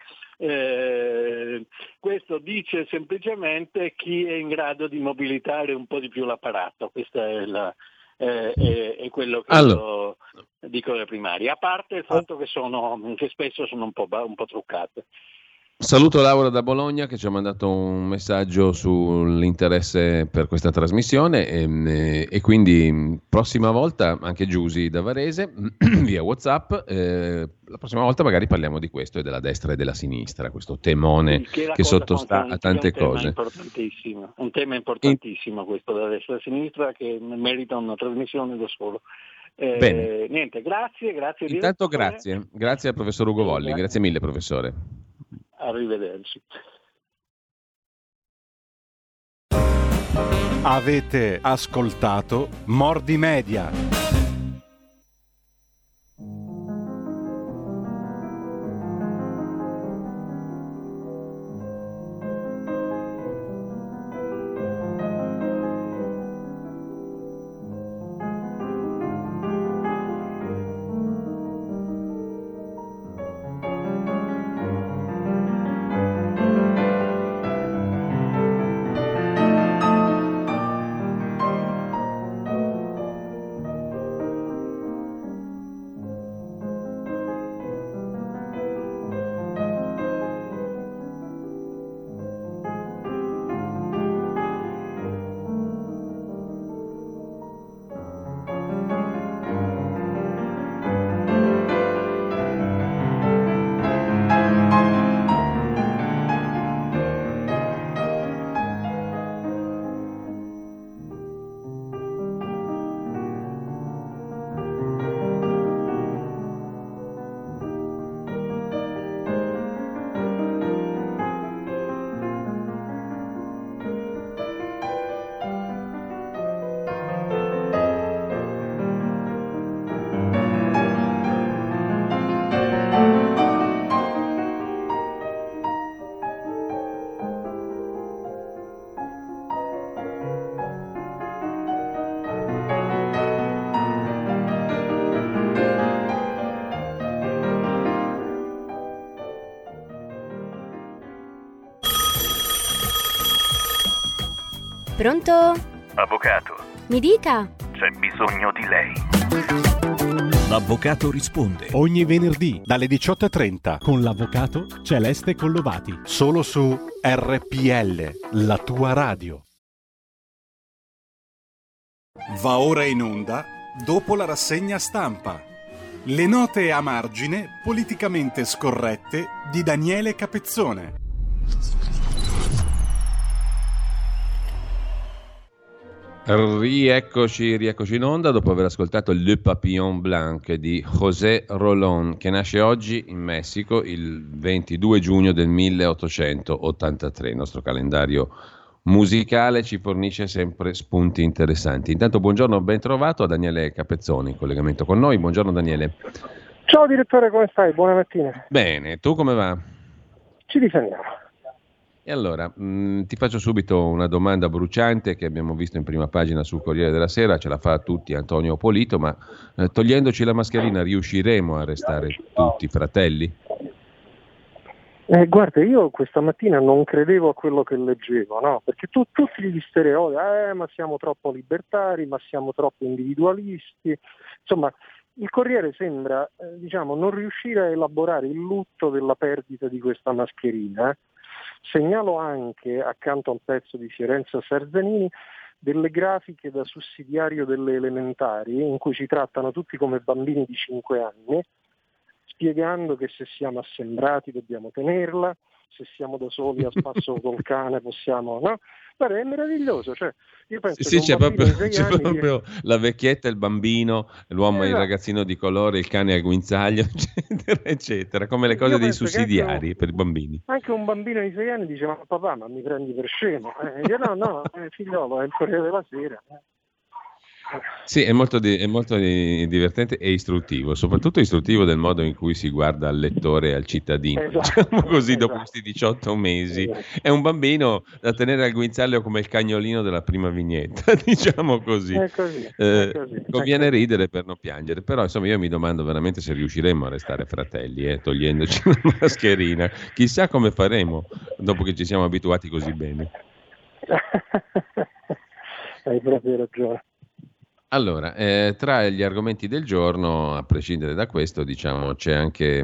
questo dice semplicemente chi è in grado di mobilitare un po' di più l'apparato. Questo è quello che io dico delle primarie, a parte il fatto che spesso sono un po' truccate. Saluto Laura da Bologna che ci ha mandato un messaggio sull'interesse per questa trasmissione e quindi prossima volta anche Giusy da Varese via WhatsApp, la prossima volta magari parliamo di questo e della destra e della sinistra, questo temone che sottostà a tante cose. Un tema importantissimo questo della destra e della sinistra, che merita una trasmissione da solo. Bene. Niente, grazie. Intanto grazie al professor Ugo Volli, grazie mille professore. Arrivederci. Avete ascoltato Mordi Media. Pronto? Avvocato, Mi dica. c'è bisogno di lei. L'avvocato risponde. Ogni venerdì dalle 18:30 con l'avvocato Celeste Collovati. Solo su RPL, la tua radio. Va ora in onda, dopo la rassegna stampa, le note a margine politicamente scorrette di Daniele Capezzone. Rieccoci in onda dopo aver ascoltato Le Papillon Blanc di José Rolón, che nasce oggi in Messico il 22 giugno del 1883. Il nostro calendario musicale ci fornisce sempre spunti interessanti. Intanto buongiorno, ben trovato a Daniele Capezzoni in collegamento con noi. Buongiorno Daniele. Ciao direttore, come stai? Buona mattina. Bene, tu come va? Ci difendiamo. E allora, ti faccio subito una domanda bruciante che abbiamo visto in prima pagina sul Corriere della Sera, ce la fa a tutti Antonio Polito, ma togliendoci la mascherina riusciremo a restare tutti fratelli? Guarda, io questa mattina non credevo a quello che leggevo, no? Perché tutti gli stereotipi, ma siamo troppo libertari, ma siamo troppo individualisti, insomma, il Corriere sembra, non riuscire a elaborare il lutto della perdita di questa mascherina. Segnalo anche, accanto a un pezzo di Fiorenza Sarzanini, delle grafiche da sussidiario delle elementari in cui ci trattano tutti come bambini di 5 anni, spiegando che se siamo assembrati dobbiamo tenerla, se siamo da soli a spasso col cane possiamo, no? Guarda, è meraviglioso, cioè io penso Sì, che c'è anni proprio la vecchietta, il bambino, l'uomo e il ragazzino di colore, il cane al guinzaglio, eccetera, eccetera, come le cose dei sussidiari per i bambini. Anche un bambino di 6 anni dice: ma papà, ma mi prendi per scemo? Io no, figliolo, è il Corriere della Sera. Sì, è molto divertente e istruttivo, soprattutto istruttivo del modo in cui si guarda al lettore e al cittadino, diciamo così, dopo questi 18 mesi. È un bambino da tenere al guinzaglio come il cagnolino della prima vignetta, diciamo così. È così. Conviene ridere per non piangere, però insomma io mi domando veramente se riusciremo a restare fratelli, togliendoci la mascherina. Chissà come faremo dopo che ci siamo abituati così bene. Hai proprio ragione. Allora, tra gli argomenti del giorno, a prescindere da questo, diciamo, c'è anche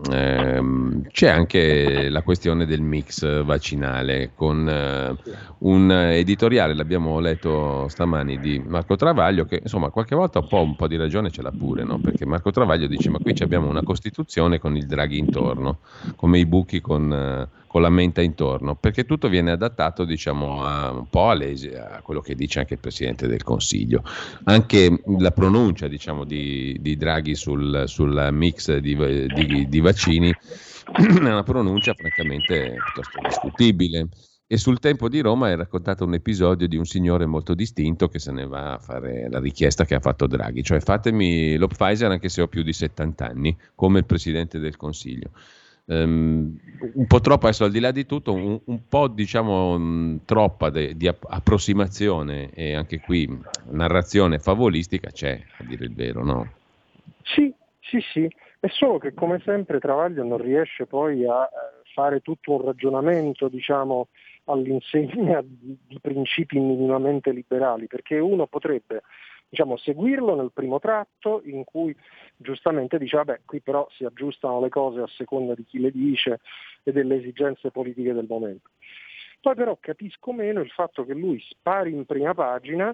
la questione del mix vaccinale, con un editoriale, l'abbiamo letto stamani, di Marco Travaglio, che insomma qualche volta un po' di ragione ce l'ha pure, no? Perché Marco Travaglio dice: ma qui abbiamo una Costituzione con il Draghi intorno, come i buchi con la menta intorno, perché tutto viene adattato, diciamo, un po' a quello che dice anche il Presidente del Consiglio. Anche la pronuncia, diciamo, di Draghi sul mix di vaccini è una pronuncia francamente piuttosto discutibile. E sul Tempo di Roma è raccontato un episodio di un signore molto distinto che se ne va a fare la richiesta che ha fatto Draghi, cioè fatemi lo Pfizer anche se ho più di 70 anni, come il Presidente del Consiglio. Un po' troppo, adesso al di là di tutto, un po' diciamo troppa di approssimazione e anche qui narrazione favolistica c'è, a dire il vero, no? Sì, è solo che come sempre Travaglio non riesce poi a fare tutto un ragionamento, diciamo, all'insegna di principi minimamente liberali, perché uno potrebbe, diciamo, seguirlo nel primo tratto in cui giustamente dice: vabbè, qui però si aggiustano le cose a seconda di chi le dice e delle esigenze politiche del momento. Poi però capisco meno il fatto che lui spari in prima pagina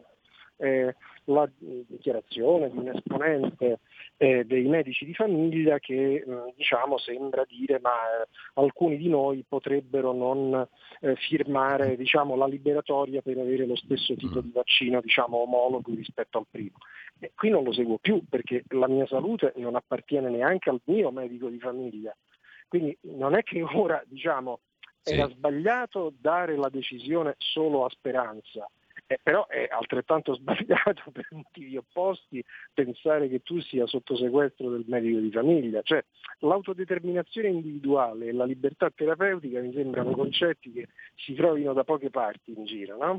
la dichiarazione di un esponente dei medici di famiglia che diciamo sembra dire: ma alcuni di noi potrebbero non firmare, diciamo, la liberatoria per avere lo stesso tipo di vaccino, diciamo, omologo rispetto al primo. E qui non lo seguo più, perché la mia salute non appartiene neanche al mio medico di famiglia, quindi non è che ora, diciamo, era sbagliato dare la decisione solo a Speranza. Però è altrettanto sbagliato, per motivi opposti, pensare che tu sia sotto sequestro del medico di famiglia. Cioè, l'autodeterminazione individuale e la libertà terapeutica mi sembrano concetti che si trovino da poche parti in giro, no?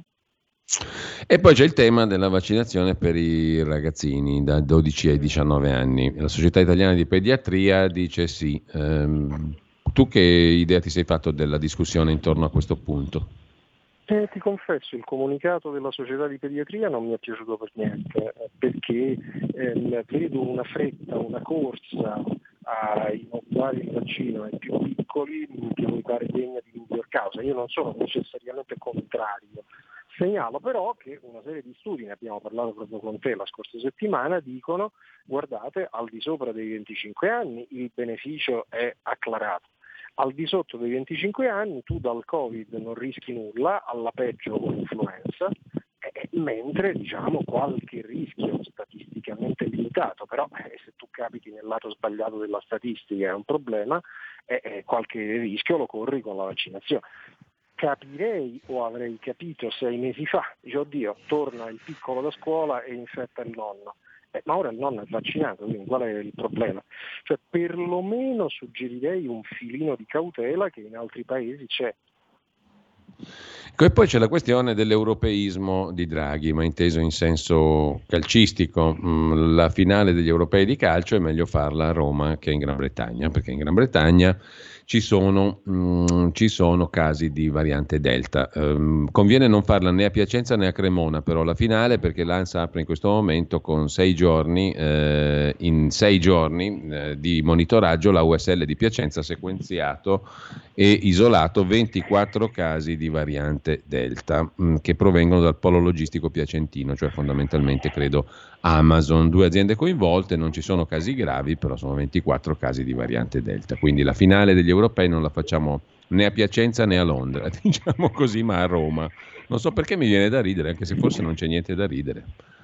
E poi c'è il tema della vaccinazione per i ragazzini da 12 ai 19 anni. La Società Italiana di Pediatria dice sì. Tu che idea ti sei fatto della discussione intorno a questo punto? Ti confesso, il comunicato della società di pediatria non mi è piaciuto per niente, perché vedo una fretta, una corsa a inoculare il vaccino ai più piccoli che mi pare degna di miglior causa. Io non sono necessariamente contrario. Segnalo però che una serie di studi, ne abbiamo parlato proprio con te la scorsa settimana, dicono: guardate, al di sopra dei 25 anni il beneficio è acclarato. Al di sotto dei 25 anni tu dal Covid non rischi nulla, alla peggio un'influenza, mentre diciamo qualche rischio statisticamente limitato, però se tu capiti nel lato sbagliato della statistica è un problema, qualche rischio lo corri con la vaccinazione. Capirei o avrei capito 6 mesi fa, dice oddio, torna il piccolo da scuola e infetta il nonno. Ma ora il nonno è vaccinato, quindi qual è il problema? Cioè, perlomeno suggerirei un filino di cautela che in altri paesi c'è. E poi c'è la questione dell'europeismo di Draghi, ma inteso in senso calcistico. La finale degli europei di calcio è meglio farla a Roma che in Gran Bretagna, perché in Gran Bretagna ci sono casi di variante Delta. Conviene non farla né a Piacenza né a Cremona, però la finale, perché l'ANSA apre in questo momento con 6 giorni, in 6 giorni di monitoraggio la USL di Piacenza ha sequenziato e isolato 24 casi di variante Delta che provengono dal polo logistico piacentino, cioè fondamentalmente credo Amazon. 2 aziende coinvolte, non ci sono casi gravi, però sono 24 casi di variante Delta. Quindi la finale degli europei non la facciamo né a Piacenza né a Londra, diciamo così, ma a Roma. Non so perché mi viene da ridere, anche se forse non c'è niente da ridere.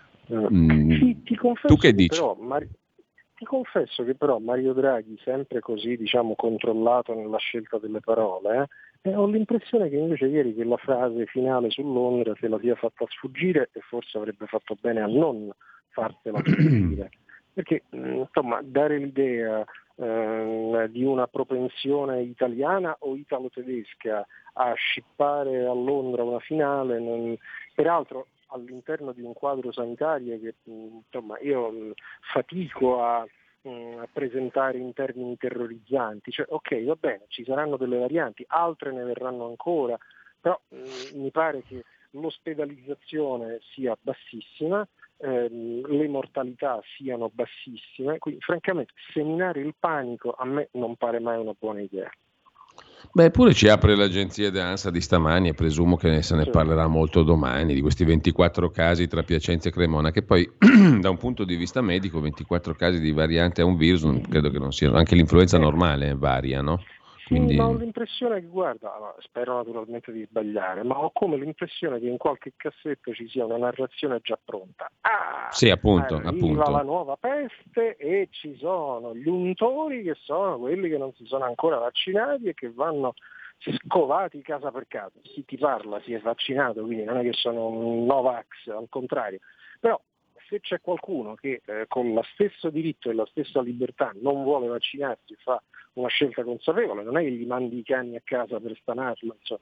Ti confesso tu che dici? Ti confesso che però Mario Draghi, sempre così diciamo controllato nella scelta delle parole, ho l'impressione che invece ieri quella frase finale su Londra se la sia fatta sfuggire, e forse avrebbe fatto bene a non farsela sfuggire, perché insomma dare l'idea di una propensione italiana o italo-tedesca a scippare a Londra una finale, peraltro all'interno di un quadro sanitario che insomma io fatico a presentare in termini terrorizzanti, cioè ok, va bene, ci saranno delle varianti, altre ne verranno ancora, però mi pare che l'ospedalizzazione sia bassissima, le mortalità siano bassissime, quindi francamente seminare il panico a me non pare mai una buona idea. Beh, pure ci apre l'agenzia d'ANSA di stamani e presumo che se ne parlerà molto domani, di questi 24 casi tra Piacenza e Cremona, che poi da un punto di vista medico 24 casi di variante a un virus credo che non siano, anche l'influenza normale varia, no? Quindi... Ma ho l'impressione che, guarda, spero naturalmente di sbagliare, ma ho come l'impressione che in qualche cassetto ci sia una narrazione già pronta. Sì, appunto. Arriva la nuova peste e ci sono gli untori che sono quelli che non si sono ancora vaccinati e che vanno scovati casa per casa. Si ti parla, si è vaccinato, quindi non è che sono un Novax, al contrario. Però se c'è qualcuno che con lo stesso diritto e la stessa libertà non vuole vaccinarsi e fa una scelta consapevole, non è che gli mandi i cani a casa per stanarlo, insomma.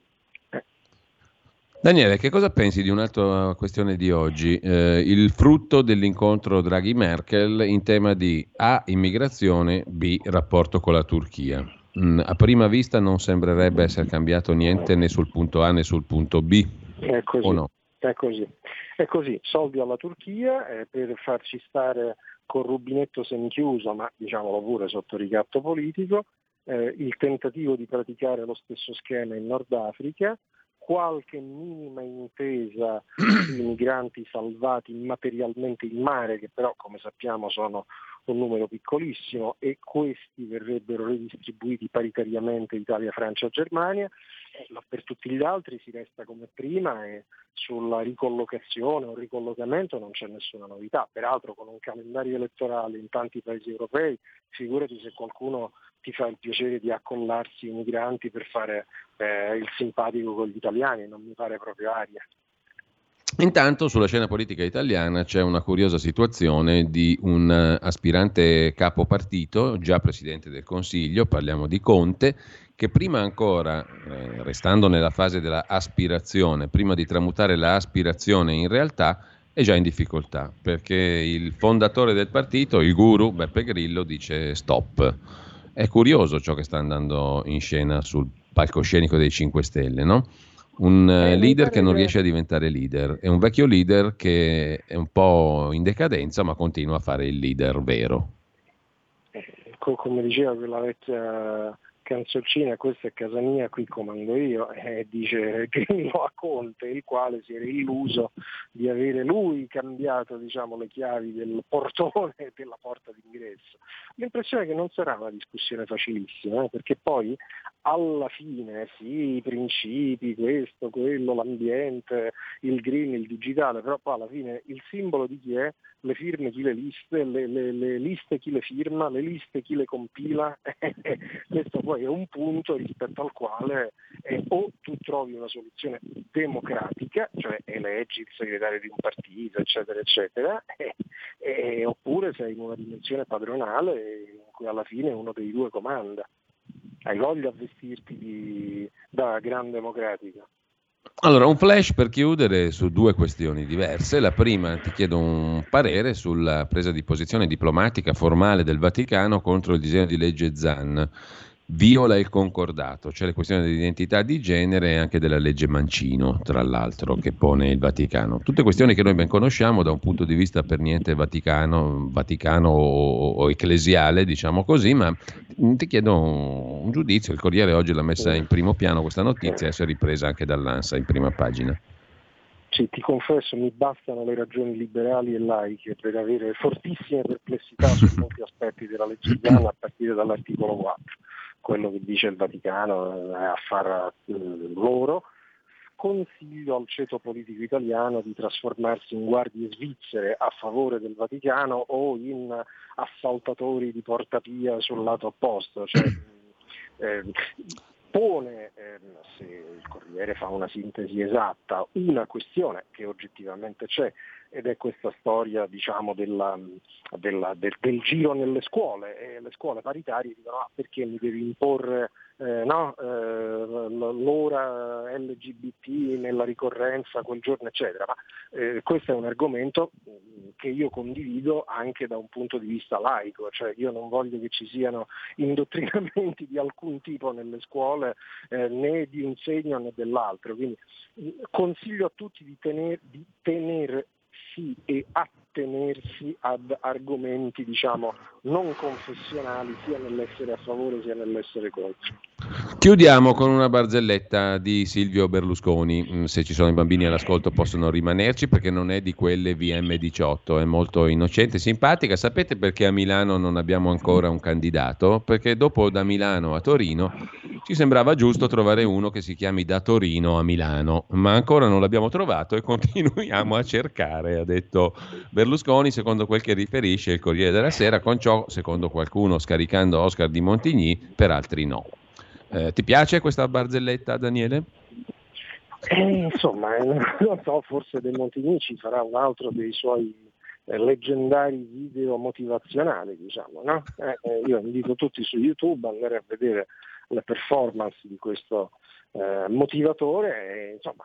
Daniele, che cosa pensi di un'altra questione di oggi? Il frutto dell'incontro Draghi-Merkel in tema di A, immigrazione, B, rapporto con la Turchia. A prima vista non sembrerebbe essere cambiato niente né sul punto A né sul punto B, è così, o no? È così, soldi alla Turchia per farci stare col rubinetto semichiuso, ma diciamolo pure sotto ricatto politico, il tentativo di praticare lo stesso schema in Nord Africa, qualche minima intesa sui migranti salvati materialmente in mare, che però come sappiamo sono un numero piccolissimo, e questi verrebbero redistribuiti paritariamente Italia, Francia, Germania, ma per tutti gli altri si resta come prima e sulla ricollocazione o ricollocamento non c'è nessuna novità. Peraltro con un calendario elettorale in tanti paesi europei, figurati se qualcuno ti fa il piacere di accollarsi i migranti per fare il simpatico con gli italiani, non mi pare proprio aria. Intanto sulla scena politica italiana c'è una curiosa situazione di un aspirante capo partito, già presidente del Consiglio, parliamo di Conte, che prima ancora, restando nella fase della aspirazione, prima di tramutare la aspirazione in realtà, è già in difficoltà, perché il fondatore del partito, il guru Beppe Grillo, dice stop. È curioso ciò che sta andando in scena sul palcoscenico dei 5 Stelle, no? Un leader che non riesce a diventare leader, è un vecchio leader che è un po' in decadenza ma continua a fare il leader vero. Come diceva quella vecchia canzoncina, questa è casa mia, qui comando io, dice Grillo a Conte, il quale si era illuso di avere lui cambiato, diciamo, le chiavi del portone e della porta d'ingresso. L'impressione è che non sarà una discussione facilissima, perché poi alla fine sì, i principi, questo, quello, l'ambiente, il green, il digitale, però poi alla fine il simbolo di chi è, le firme chi le liste, le liste chi le firma, le liste chi le compila, questo poi è un punto rispetto al quale o tu trovi una soluzione democratica, cioè eleggi il segretario di un partito, eccetera, eccetera, oppure sei in una dimensione padronale in cui alla fine uno dei due comanda. Hai voglia a vestirti da gran democratica? Allora, un flash per chiudere su due questioni diverse. La prima, ti chiedo un parere sulla presa di posizione diplomatica formale del Vaticano contro il disegno di legge Zan. Viola il concordato, c'è la questione dell'identità di genere e anche della legge Mancino, tra l'altro, che pone il Vaticano. Tutte questioni che noi ben conosciamo da un punto di vista per niente vaticano o ecclesiale, diciamo così, ma ti chiedo un giudizio. Il Corriere oggi l'ha messa in primo piano questa notizia e si è ripresa anche dall'Ansa in prima pagina. Sì, ti confesso, mi bastano le ragioni liberali e laiche per avere fortissime perplessità su molti aspetti della legge Zan, a partire dall'articolo 4. Quello che dice il Vaticano è affare loro. Consiglio al ceto politico italiano di trasformarsi in guardie svizzere a favore del Vaticano o in assaltatori di portapia sul lato opposto. Cioè, pone, se il Corriere fa una sintesi esatta, una questione che oggettivamente c'è, ed è questa storia, diciamo, del giro nelle scuole, e le scuole paritarie dicono perché mi devi imporre l'ora LGBT nella ricorrenza quel giorno, eccetera. Ma questo è un argomento che io condivido anche da un punto di vista laico, cioè io non voglio che ci siano indottrinamenti di alcun tipo nelle scuole, né di un segno né dell'altro, quindi consiglio a tutti di tenersi e attenersi ad argomenti, diciamo, non confessionali, sia nell'essere a favore sia nell'essere contro. Chiudiamo con una barzelletta di Silvio Berlusconi. Se ci sono i bambini all'ascolto possono rimanerci, perché non è di quelle VM18, è molto innocente e simpatica. Sapete perché a Milano non abbiamo ancora un candidato? Perché dopo da Milano a Torino ci sembrava giusto trovare uno che si chiami da Torino a Milano, ma ancora non l'abbiamo trovato e continuiamo a cercare, ha detto Berlusconi, secondo quel che riferisce il Corriere della Sera, con ciò, secondo qualcuno, scaricando Oscar di Montigny, per altri no. Ti piace questa barzelletta, Daniele? Insomma, non so, forse De Montigny ci farà un altro dei suoi leggendari video motivazionali, diciamo, no? Io invito tutti su YouTube ad andare a vedere le performance di questo motivatore e, insomma,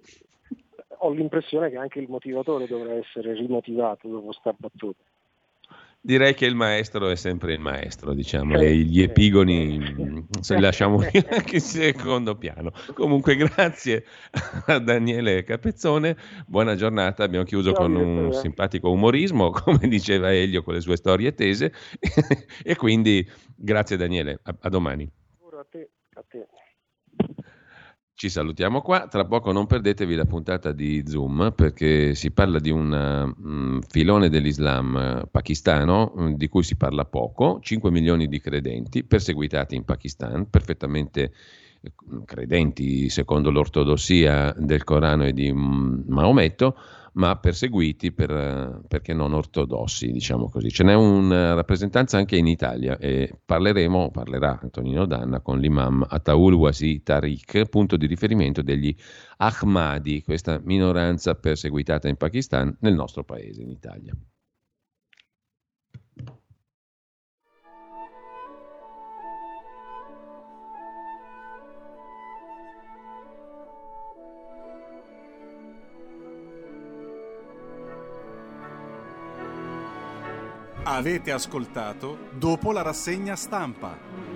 ho l'impressione che anche il motivatore dovrà essere rimotivato dopo sta battuta. Direi che il maestro è sempre il maestro, diciamo, e gli epigoni se li lasciamo anche in secondo piano. Comunque grazie a Daniele Capezzone, buona giornata, abbiamo chiuso con un simpatico umorismo, come diceva Elio, con le sue storie tese, e quindi grazie Daniele, a domani. A te. Ci salutiamo qua, tra poco non perdetevi la puntata di Zoom, perché si parla di un filone dell'Islam pakistano di cui si parla poco, 5 milioni di credenti perseguitati in Pakistan, perfettamente credenti secondo l'ortodossia del Corano e di Maometto, ma perseguiti perché non ortodossi, diciamo così. Ce n'è una rappresentanza anche in Italia e parlerà Antonino Danna con l'imam Ataul Wasi Tariq, punto di riferimento degli Ahmadi, questa minoranza perseguitata in Pakistan, nel nostro paese, in Italia. Avete ascoltato Dopo la rassegna stampa.